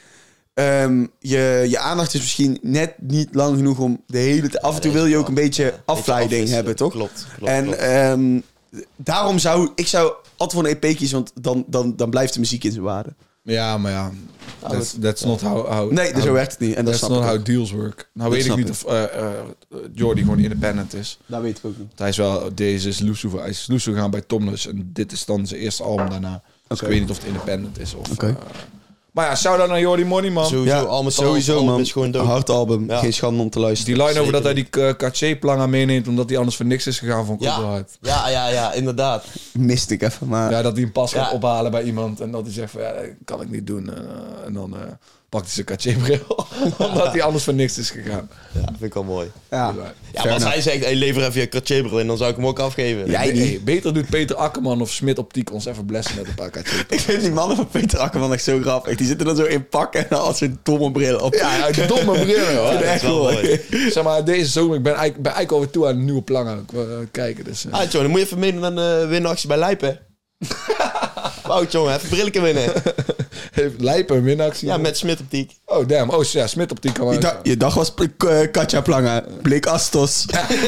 Um, je, je aandacht is misschien net niet lang genoeg om de hele tijd... Af en toe wil je ook een beetje afleiding Beetje hebben, toch? Klopt, klopt, En klopt. um, daarom zou... Ik zou altijd voor een E P kiezen, want dan, dan, dan blijft de muziek in zijn waarde. Ja, maar ja. That's, that's not how... how Nee, how, zo werkt het niet. En dat That's snap not ik how ook. deals work. Nou Dat weet ik snap niet ik. of uh, uh, Jordi gewoon independent is. Dat weet ik ook niet. Want hij is wel... Deze is Loesoe. Hij is Loesoe gegaan bij Tomless. En dit is dan zijn eerste album daarna. Dus Oké. ik weet niet of het independent is of... Oké. Uh, maar ja, shout-out naar Jordi Money, man. Sowieso, Ja, al met al, sowieso, album man. is gewoon dope. Hard album. Ja. Geen schande om te luisteren. Die line over Zeker dat hij die uh, Caché-planga meeneemt... omdat hij anders voor niks is gegaan, vond ik ook wel Ja, hard. ja, ja, ja, inderdaad. Miste ik even, maar... Ja, dat hij een pas gaat Ja. ophalen bij iemand... en dat hij zegt van, ja, dat kan ik niet doen. Uh, en dan uh, pakt hij zijn Caché-bril... omdat hij anders voor niks is gegaan. Ja, vind ik wel mooi. ja. Ja, maar als hij zegt, hey, lever even je Cartier-bril in, dan zou ik hem ook afgeven. Ja, Nee, niet. hey, beter doet Peter Akkerman of Smit Optiek ons even blessen met een paar Caché. Ik vind die mannen van Peter Akkerman echt zo grappig. Die zitten dan zo in pakken en dan als een domme bril op. Ja, ja, domme bril, hoor. Ik vind het dat echt is wel mooi. mooi. Zeg maar, deze zomer, ik ben eigenlijk, ben eigenlijk alweer toe aan een nieuwe plan aan het uh, kijken. Dus, uh. Ah, John, dan moet je even meedoen aan de winactie bij Lijpen. Wauw, jongen, even brillen winnen. Heeft Lijpen een winactie? Ja, met Smit Optiek. Oh, damn. Oh, ja, Smit op die kan Je, da- je dag was blik, uh, Katja Planga. Blik Astos.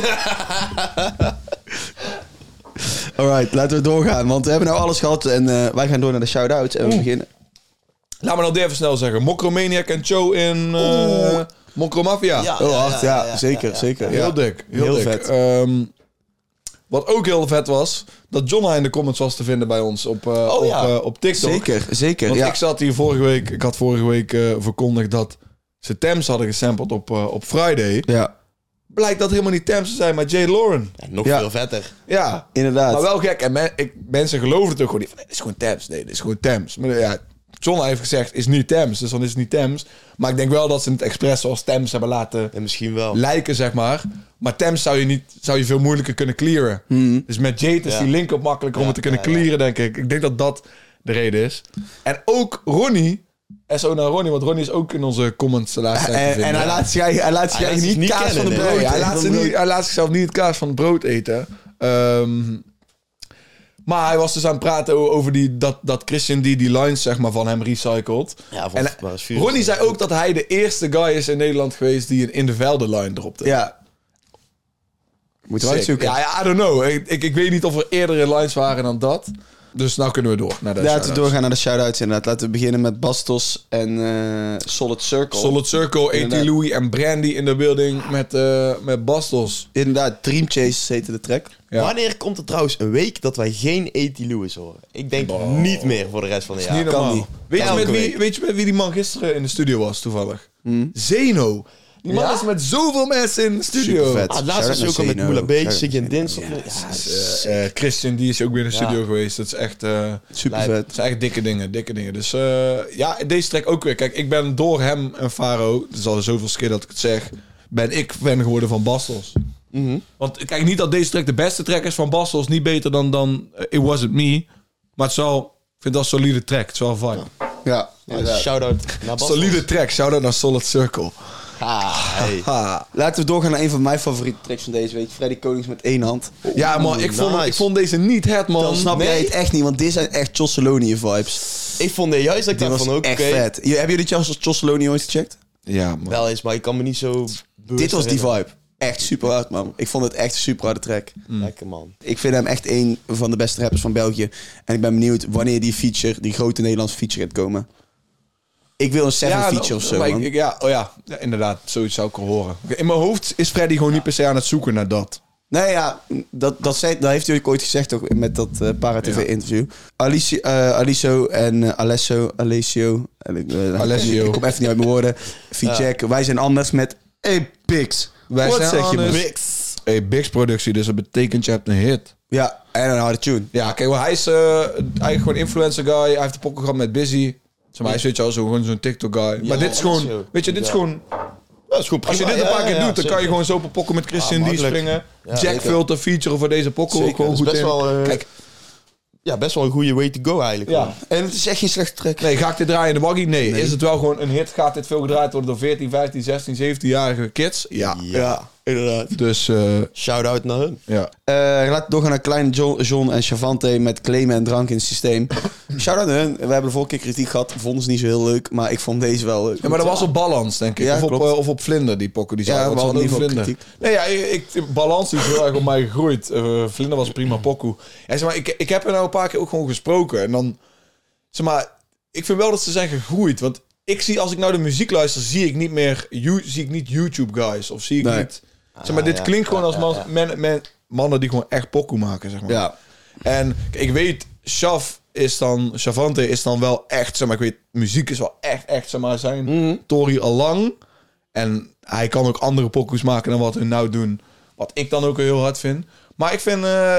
Alright, laten we doorgaan. Want we hebben nou alles gehad. En uh, wij gaan door naar de shout-outs. En we Oeh. beginnen. Laat me nou even snel zeggen. Mokromaniac en Cho in uh, Mokromafia. Ja. Oh, wacht. Ja, ja, ja, zeker, ja, ja. zeker. Heel Ja. dik. Heel, Heel dik. vet. Ehm, wat ook heel vet was, dat Jonna in de comments was te vinden bij ons op, uh, op, ja. uh, op TikTok. Zeker, zeker. Want Ja. ik zat hier vorige week, ik had vorige week uh, verkondigd dat ze Thames hadden gesampled op, uh, op Friday. ja, Blijkt dat helemaal niet Thames te zijn, maar Jay Lauren. Ja, nog Ja. veel vetter. Ja, inderdaad. maar wel gek. En men- ik, mensen geloven het ook gewoon niet. Van, nee, dit is gewoon Thames. Nee, dit is gewoon Thames. Maar ja, Jonna heeft gezegd, is niet Thames. Dus dan is het niet Thames. Maar ik denk wel dat ze het expres zoals Thames hebben laten En misschien wel. lijken, zeg maar. Maar Thames zou je, niet, zou je veel moeilijker kunnen clearen. Dus met Jade is Ja. die link op makkelijker om Ja, het te kunnen ja, ja. clearen, denk ik. Ik denk dat dat de reden is. En ook Ronnie. S O naar Ronnie, want Ronnie is ook in onze comments de laatste tijd te En, vinden. en hij laat zich, hij laat zich Hij laat eigenlijk zich niet niet kaas van de kennen, brood. Nee, hij, eten, laat van ze brood. niet, hij laat zichzelf niet het kaas van het brood eten. Ehm, maar hij was dus aan het praten o- over die, dat, dat Christian die die lines zeg maar, van hem recycled. Ja, En maar is vuur. Ronnie zei ook dat hij de eerste guy is in Nederland geweest die een in de velden line dropte. Ja. Moeten we Sick. uitzoeken. Ja, ja, I don't know. Ik, ik, ik weet niet of er eerdere lines waren dan dat. Dus nou kunnen we door naar de Laten we shout-outs. doorgaan naar de shout-outs inderdaad. Laten we beginnen met Bastos en eh, Solid Circle. Solid Circle, A T Inderdaad. Louis en Brandy in de building met, eh, met Bastos. Inderdaad, Dream Chase heette de track. Ja. Wanneer komt er trouwens een week dat wij geen A T Lewis horen? Ik denk niet meer voor de rest van het Niet jaar. normaal. niet. Weet, je Elke met wie, week. weet je met wie die man gisteren in de studio was, toevallig? Zeno. Die man Ja? is met zoveel mensen in de studio. Supervet. Ah, laatst was Shout-out hij ook al naar met Zeno. Moula B, Shout-out Siggy en naar Dins. Zeno. Ja, Eh, eh, Christian, die is ook weer in de studio Ja. geweest. Dat is echt... eh, Super Lijp. vet. Dat zijn echt dikke dingen, dikke dingen. Dus eh, ja, deze track ook weer. Kijk, ik ben door hem en Faro, het is al zoveel keer dat ik het zeg, ben ik fan geworden van Bastos. Want kijk, niet dat deze track de beste track is van Bastos, niet beter dan, dan eh, It Wasn't Me. Maar het is wel, ik vind dat een solide track. Het is wel vibe. Ja, Ja, inderdaad. shout-out naar Bas. Solide track, shout-out naar Solid Circle. Ah, hey. Ha. Laten we doorgaan naar een van mijn favoriete tracks van deze week. Freddy Konings met één hand. Ja man, ik vond, nice. ik vond deze niet het man. Dan snap nee. jij het echt niet, want dit zijn echt Chossalonië vibes. Ik vond het juist dat ik Dit dacht was van ook, echt oké, vet. Je- Hebben jullie Chos- Chossalonië ooit gecheckt? Ja man. wel eens, maar ik kan me niet zo bewust Dit was die herinneren. vibe. Echt super hard, man. Ik vond het echt een super harde track. Lekker man. Ik vind hem echt een van de beste rappers van België. En ik ben benieuwd wanneer die feature, die grote Nederlandse feature gaat komen. Ik wil een seven Ja, feature nou, of zo, maar ik- man. ik- ja, oh ja, ja, inderdaad. Zoiets zou ik al horen. In mijn hoofd is Freddy gewoon niet per se aan het zoeken naar dat. Nee, ja, dat, dat, zei, dat heeft hij ook ooit gezegd ook met dat uh, Para-T V-interview. Alicio, uh, Aliso en uh, Alesso, Alessio, uh, Alessio. ik kom even niet uit mijn woorden. V-check, wij zijn anders met Apex. Wij Wat zijn zeg je, man? anders. Hey, Big's productie, dus dat betekent je hebt een hit. Ja, en een harde tune. Ja, kijk, wel, hij is uh, eigenlijk gewoon influencer guy. Hij heeft de pokken gehad met Busy. Zeg maar, hij is weet je al zo, gewoon zo'n TikTok guy. maar dit is gewoon, zo. weet je, dit is Ja. gewoon... Dat is goed Als je dit een paar keer doet, dan kan je gewoon zo op een pokken met Christian Ja, D makkelijk. springen. Ja, Jack zeker. Filter feature voor deze pokkel. Zeker, Gewoon dat is goed best in. wel, eh, Kijk, Ja, best wel een goede way to go eigenlijk. ja. hoor. En het is echt geen slechte track. Nee, ga ik dit draaien in de waggie? Nee. Is het wel gewoon een hit? Gaat dit veel gedraaid worden door veertien, vijftien, zestien, zeventien-jarige kids? Ja. Ja, inderdaad. Dus, eh shout-out naar hun. ja. Uh, laten we doorgaan naar Kleine John, John en Chavante met claimen en drank in het systeem. Shout-out naar hun. We hebben de vorige keer kritiek gehad. Vonden ze niet zo heel leuk, maar ik vond deze wel leuk. Ja, maar dat was op balans, denk ik. Ja, of, op, klopt. eh, of op Vlinder, die pokken. Die Ja, zaten, we want ze hadden hadden in ook ieder geval Vlinder. Nee, ja, ik, ik, balans is heel erg op mij gegroeid. Uh, Vlinder was een prima pokoe. Ja, zeg maar, ik, ik heb er nou een paar keer ook gewoon gesproken. En dan, zeg maar, ik vind wel dat ze zijn gegroeid. Want ik zie, als ik nou de muziek luister, zie ik niet meer, you, zie ik niet YouTube guys. Of zie ik Nee. niet, zeg maar, dit ja, klinkt gewoon ja, als man, ja, ja. men- men- mannen die gewoon echt pokoe maken, zeg maar. Ja. En kijk, ik weet, Shav is dan, Chavante is dan wel echt, zeg maar, ik weet, muziek is wel echt, echt, zeg maar, zijn Mhm. Tory al lang. En hij kan ook andere pokoes maken dan wat hun nou doen. Wat ik dan ook heel hard vind. Maar ik vind, eh,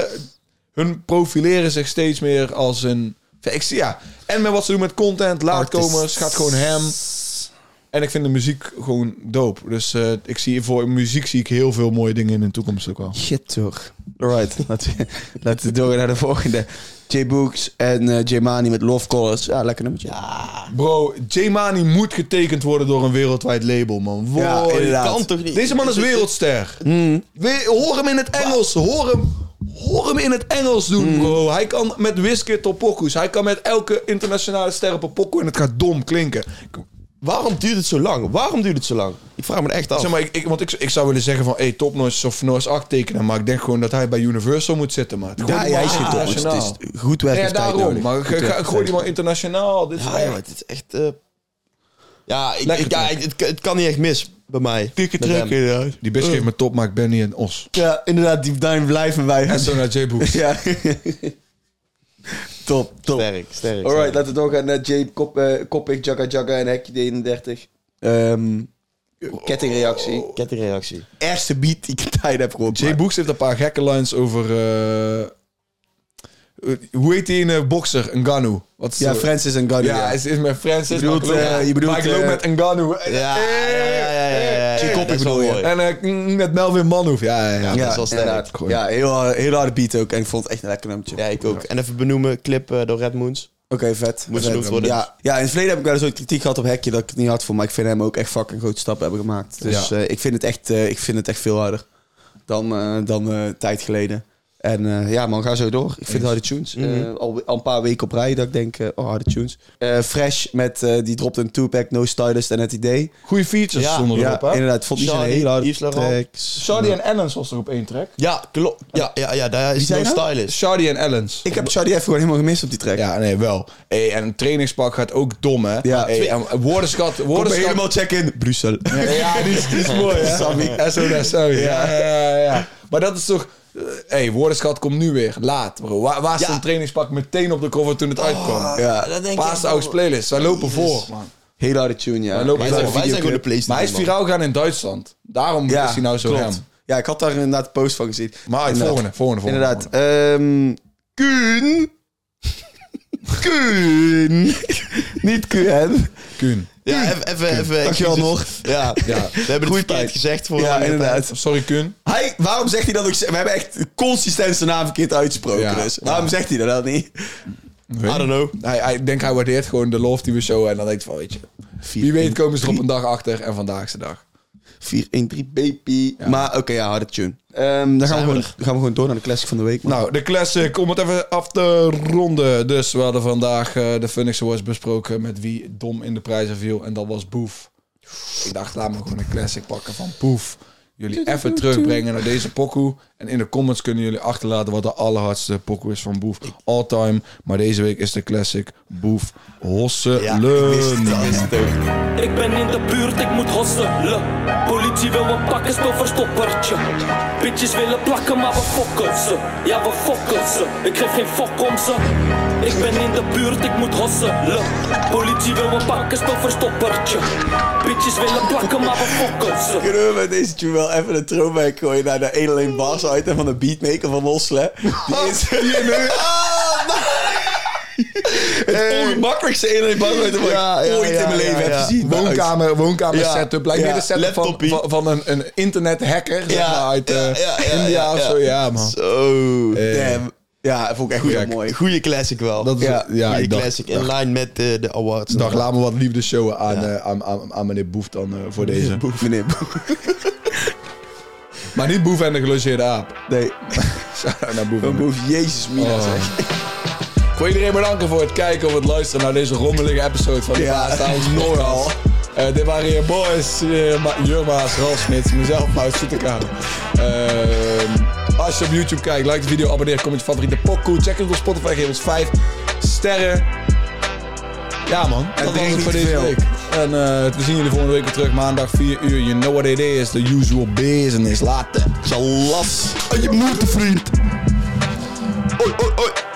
hun profileren zich steeds meer als een... Ik zie, ja. En met wat ze doen met content, laatkomers, gaat gewoon hem. En ik vind de muziek gewoon dope. Dus eh, ik zie voor muziek zie ik heel veel mooie dingen in de toekomst ook al. Shit toch. Alright, laten we, laten we door naar de volgende. J-Books en uh, J-Mani met Love Colors. Ja, lekker nummertje. Bro, J-Mani moet getekend worden door een wereldwijd label, man. Ja, Wow, inderdaad. Kan toch niet? Deze man is wereldster. Mm. We, hoor hem in het Engels. Hoor hem, Hoor hem in het Engels doen, bro. Hij kan met Wizkid op pokoes. Hij kan met elke internationale ster op een pokoe en het gaat dom klinken. Waarom duurt het zo lang? Waarom duurt het zo lang? Ik vraag me er echt af. Zeg maar, ik, ik, want ik, ik zou willen zeggen van, hey, Top Notch of Noise acht tekenen. Maar ik denk gewoon dat hij bij Universal moet zitten, man. Ja, hij is geen top. Dus het is goed werk. Ja, heeft tijd daarom. nodig. Maar Goed ga- werk gooi die maar internationaal. Dit is Ja, echt- joh, het is echt... eh, Ja, ik, Lekker ik, ja toch? ik- het, het kan niet echt mis bij mij. Met hem. inderdaad. Die bitch geeft me Top, maar ik ben niet een os. Ja, inderdaad, die daarin blijven wij. En zo naar J-Books. Ja. Top, top. Sterk, sterk. Alright, sterk. laten we doorgaan naar Jay, Kop, uh, Koppik, Jagga Jagga en Hekje D eenendertig. Um, kettingreactie. Kettingreactie. Eerste beat die ik tijd heb gehoord. J-Books heeft een paar gekke lines over... eh, hoe heet die een bokser? Ngannou. Wat is Ja, zo- Francis en Ngannou. Ja, het is met Francis. Je bedoelt, maar ik loop- eh, je bedoelt, maar ik loop eh, met Ngannou. Ja, ja, ja, ja, ja, ja, Jay ja, Koppik dat is wel bedoel je? mooi. En eh, met Melvin Manhoef. Ja, ja, ja. dat is wel sterk. inderdaad. Gewoon. Ja, heel, heel harde beat ook. En ik vond het echt een lekker nummertje. Ja, ik ook. En even benoemen, clip eh, door Red Moons. Oké, vet. Moet Vet. genoemd worden. Ja, ja, in het verleden heb ik wel eens ooit kritiek gehad op Hekje dat ik het niet hard vond. Maar ik vind hem ook echt fucking grote stappen hebben gemaakt. Dus Ja. eh, ik, vind het echt, eh, ik vind het echt veel harder dan, eh, dan eh, een tijd geleden. En eh, ja, man, ga zo door. Ik vind harde tunes. Eh, al, al een paar weken op rij dat ik denk, eh, oh, harde tunes. Eh, Fresh met, eh, die dropt een two-pack, No Stylist en het idee. Goeie features Ja, stonden Ja, erop, hè? inderdaad. Vond die zijn Shawty, hele harde Yves Laurent. tracks. Shawty en Ellens was er op één track. Ja, klopt. Ja, ja, ja, daar is zijn no dat? stylist. Shawty en Ellens. Ik heb Shawty even gewoon helemaal gemist op die track. Ja, nee, wel. Hey, en een trainingspak gaat ook dom, hè? Ja. Hey, en woordenschat... Kom woordenschat helemaal checken. Brussel. Ja, die is, die is mooi, hè? Sammy. S O S, sorry. Ja, ja, ja, ja. Maar dat is toch... Hé, hey, woordenschat komt nu weer. Laat, bro. Waar, waar is Ja. een trainingspak meteen op de cover toen het uitkwam? Ja, dat denk ik Paas de wel. Aux playlist. Wij lopen voor, man. hele harde tune, ja. Wij lopen Wij voor. zijn, wij zijn gewoon de Maar hij is PlayStation. viraal gaan in Duitsland. Daarom Ja, is hij nou zo klopt. hem. Ja, ik had daar inderdaad een post van gezien. Maar het Inderdaad. volgende, volgende, volgende. Inderdaad. Ehm Kuhn. Kuhn. Niet Kuhn. Kuhn. Ja, even... even, even Dankjewel excuses. nog. Ja, Ja. we hebben het Goeie verkeerd tijd. gezegd voor... Ja, inderdaad. Sorry, Kuhn. Hij, waarom zegt hij dat ook? We hebben echt consistent zijn naam verkeerd uitgesproken. Ja. Dus. Waarom zegt hij dat dan niet? I don't know. Hij, hij ik denk hij waardeert gewoon de love die we showen. En dan denkt hij van, weet je... Wie weet komen ze er op een dag achter. En vandaag is de dag. vier een drie baby. Maar oké, ja, harde tune. Ehm, dan gaan we, Zijn we gewoon, er? gaan we gewoon door naar de classic van de week. man. Nou, de classic, om het even af te ronden. Dus we hadden vandaag uh, de Phoenix Awards besproken met wie dom in de prijzen viel. En dat was Boef. Ik dacht, laat me gewoon een classic pakken van Boef. Jullie even terugbrengen naar deze pokoe. En in de comments kunnen jullie achterlaten wat de allerhardste pokoe is van Boef. All time. Maar deze week is de classic Boef Hosselen. Ja, ik wist het, ik wist het ook. Ik ben in de buurt, ik moet hosselen. Politie wil me pakken, speel verstoppertje. Bitches willen plakken, maar we fokken ze. Ja, we fokken ze. Ik geef geen fok om ze. Ik ben in de buurt, ik moet hosselen. Politie wil me pakken, speel verstoppertje. Bitches willen plakken, maar we fokken ze. Kunnen we met deze tune wel even een throwback gooien naar de één alleen bars item van de beatmaker van Hosselen? Die is... Het ongemakkelijkste één alleen bars item wat Ja, ik ja, ooit ja, in mijn ja, leven ja. heb gezien. Woonkamer, woonkamer Ja. setup. Lijkt Ja. meer de setup van, Laptopie. van, van een, een internet hacker. Zeg Ja. maar, uit uh, Ja, ja, ja, India ja, of ja. zo. Ja, man. Zo. Eh, Damn. Ja, dat vond ik echt Goeie heel act. mooi. Goeie classic wel. Dat is, Ja, ja, Goeie ik dacht, classic. In line met uh, de awards. dacht, laat me wat liefde showen aan, Ja. uh, aan, aan, aan meneer Boef dan uh, voor deze. Meneer Boef. Maar niet Boef en de gelogeerde aap. Nee, Shout-out naar Boef. een Boef. Jezus, Mina Oh. zeg. Ik wil iedereen bedanken voor het kijken of het luisteren naar deze rommelige episode van de Ja, Paasavond Nogal. Uh, dit waren je boys, uh, Ma- Jurma's, Ralf Smits, mezelf, Maus Soetekade. Uh, als je op YouTube kijkt, like de video, abonneer, kom met je favoriete pokoe. Check het op Spotify, geef ons vijf sterren. Ja man, en dat was het niet voor te deze veel. week. En uh, we zien jullie volgende week weer terug, maandag vier uur. You know what it is, the usual business. Later. Salas. Je moeder, vriend. Oi, oi, oi.